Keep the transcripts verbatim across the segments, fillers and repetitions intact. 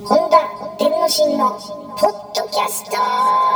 本田天之進のポッドキャスト。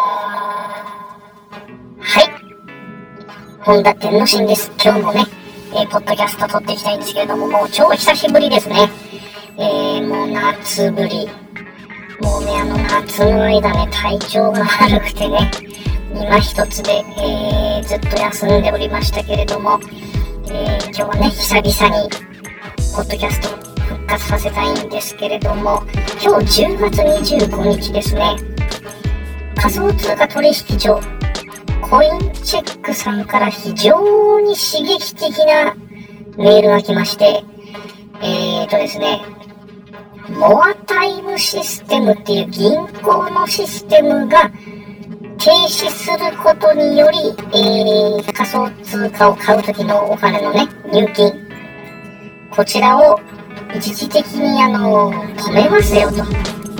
はい、本田天之進です。今日もね、えー、ポッドキャスト撮っていきたいんですけれども、もう超久しぶりですね。えー、もう夏ぶり。もうね、あの夏の間ね、体調が悪くてね、今一つで、えー、ずっと休んでおりましたけれども、えー、今日はね、久々にポッドキャスト復活させたいんですけれども、今日じゅうがつにじゅうごにちですね。仮想通貨取引所コインチェックさんから非常に刺激的なメールが来まして、えーとですね、モアタイムシステムっていう銀行のシステムが停止することにより、えー、仮想通貨を買うときのお金のね、入金、こちらを一時的にあの止めますよと、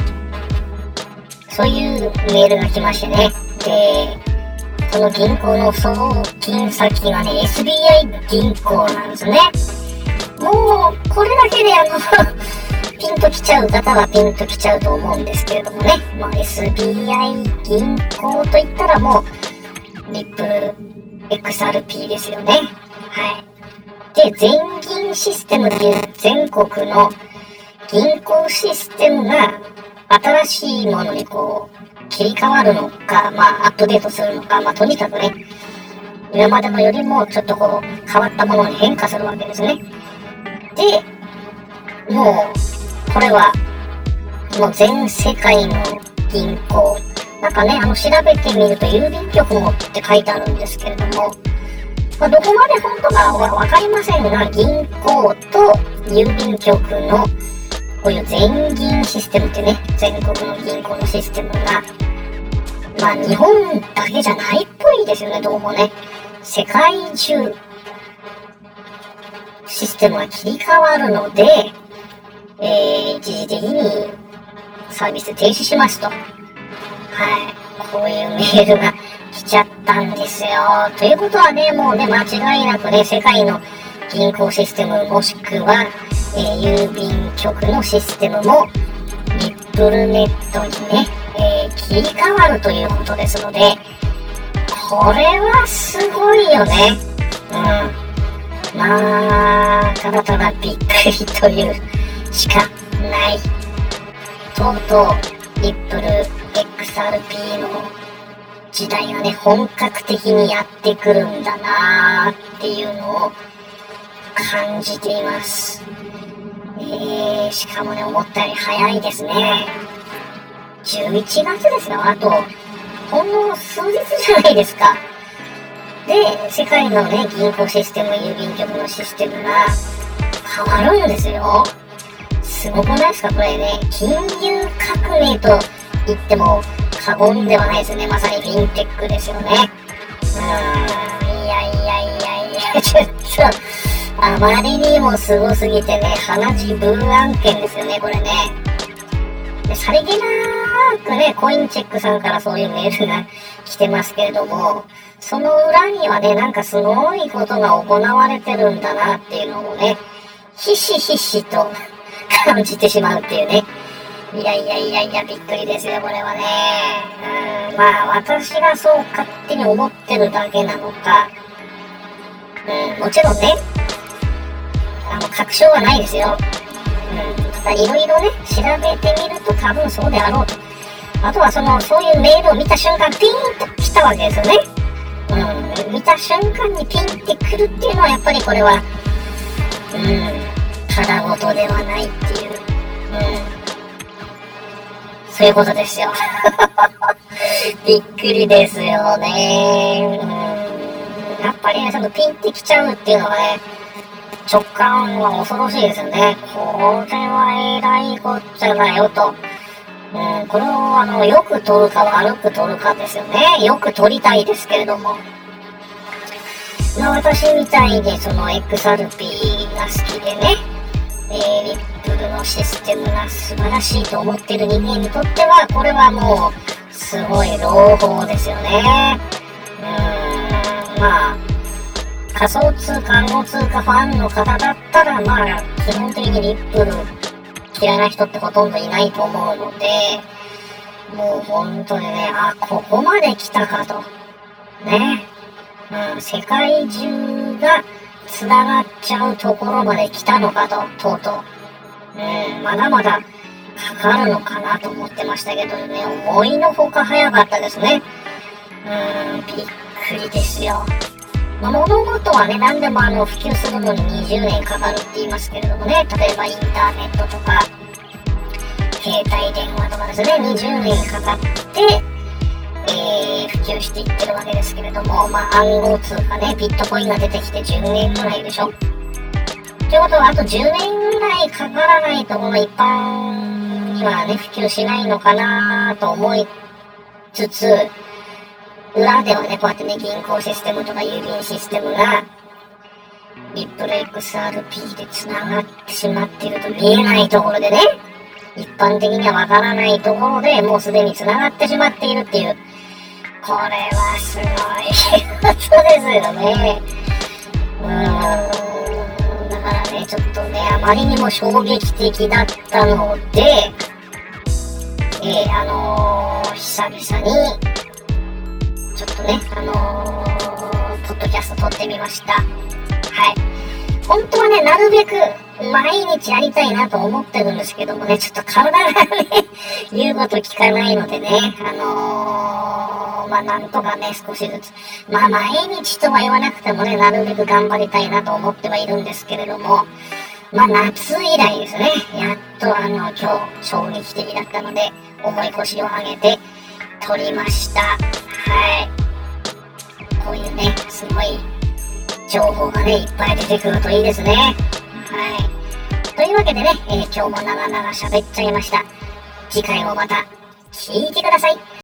そういうメールが来ましてね。で、その銀行の送金先がね、エスビーアイ 銀行なんですね。もうこれだけであのピンときちゃう方はピンときちゃうと思うんですけれどもね、まあ、エスビーアイ 銀行といったらもうリップル エックスアールピー ですよね。はい。で、全銀システムっていう全国の銀行システムが新しいものにこう切り替わるのか、まあアップデートするのか、まあとにかくね、今までのよりもちょっとこう変わったものに変化するわけですね。で、もうこれはもう全世界の銀行、なんかね、あの調べてみると郵便局もって書いてあるんですけれども、まあ、どこまで本当かはわかりませんが、銀行と郵便局のこういう全銀システムってね、全国の銀行のシステムが、まあ日本だけじゃないっぽいですよね、どうもね。世界中システムが切り替わるので、えー、一時的にサービス停止しますと。はい。こういうメールが来ちゃったんですよ。ということはね、もうね、間違いなくね、世界の銀行システムもしくは、えー、郵便局のシステムもリップルネットにね、えー、切り替わるということですので、これはすごいよね。うん。まあ、ただただびっくりというしかない。とうとうリップル エックスアールピー の時代がね、本格的にやってくるんだなーっていうのを感じています。えー、しかもね、思ったより早いですね。じゅういちがつですよ。あとほんの数日じゃないですか。で、世界のね、銀行システム、郵便局のシステムが変わるんですよ。すごくないですかこれね。金融革命と言っても過言ではないですよね。まさにフィンテックですよね。うーん、いやいやいやいや、ちょっとあまりにもすごすぎてね、鼻血ブー案件ですよね、これね。で、さりげなくね、コインチェックさんからそういうメールが来てますけれども、その裏にはね、なんかすごいことが行われてるんだなっていうのをね、ひしひしと感じてしまうっていうね。いやいやいやいや、びっくりですよ、これはね。うん、まあ、私がそう勝手に思ってるだけなのか、うん、もちろんね、あの、確証はないですよ。うん、ただ、いろいろね、調べてみると多分そうであろうと。あとは、その、そういうメールを見た瞬間、ピーンと来たわけですよね。うん、見た瞬間にピンってくるっていうのは、やっぱりこれは、うん、ただごとではないっていう、うん、そういうことですよ。びっくりですよね。うん、やっぱりね、そのピンってきちゃうっていうのはね、直感は恐ろしいですよね。これはえらいこっちゃだよと。うん、これをあのよく取るか悪く取るかですよね。よく取りたいですけれども。まあ、私みたいにその エックスアールピー が好きでね、えー、リップルのシステムが素晴らしいと思っている人間にとっては、これはもうすごい朗報ですよね。うーん、まあ仮想通貨、暗号通貨ファンの方だったら、まあ基本的にリップル嫌いな人ってほとんどいないと思うので、もう本当にね、あ、ここまで来たかと。ね。うん、世界中が繋がっちゃうところまで来たのかと、とうとう。うん、まだまだかかるのかなと思ってましたけどね、思いのほか早かったですね。うん、びっくりですよ。まあ、物事はね、何でもあの普及するのににじゅうねんかかるって言いますけれどもね、例えばインターネットとか、携帯電話とかですね、にじゅうねんかかって、えー、普及していってるわけですけれども、まあ、暗号通貨ね、ビットコインが出てきてじゅうねんぐらいでしょ。ということは、あとじゅうねんぐらいかからないと、この一般にはね、普及しないのかなと思いつつ、裏ではね、こうやってね、銀行システムとか郵便システムが、リップル エックスアールピー で繋がってしまっていると見えないところでね、一般的にはわからないところでもうすでに繋がってしまっているっていう、これはすごいことですよね。うーん、だからね、ちょっとね、あまりにも衝撃的だったので、えー、あのー、久々に、ちょっとね、あのー、ポッドキャスト撮ってみました。はい。本当はね、なるべく毎日やりたいなと思ってるんですけどもね、ちょっと体がね、言うこと聞かないのでね、あのー、まあなんとかね、少しずつ、まあ毎日とは言わなくてもね、なるべく頑張りたいなと思ってはいるんですけれども、まあ夏以来ですね、やっとあの、今日、衝撃的だったので、重い腰を上げて撮りました。はい。こういうね、すごい情報がね、いっぱい出てくるといいですね。はい。というわけでね、えー、今日も長々喋っちゃいました。次回もまた聞いてください。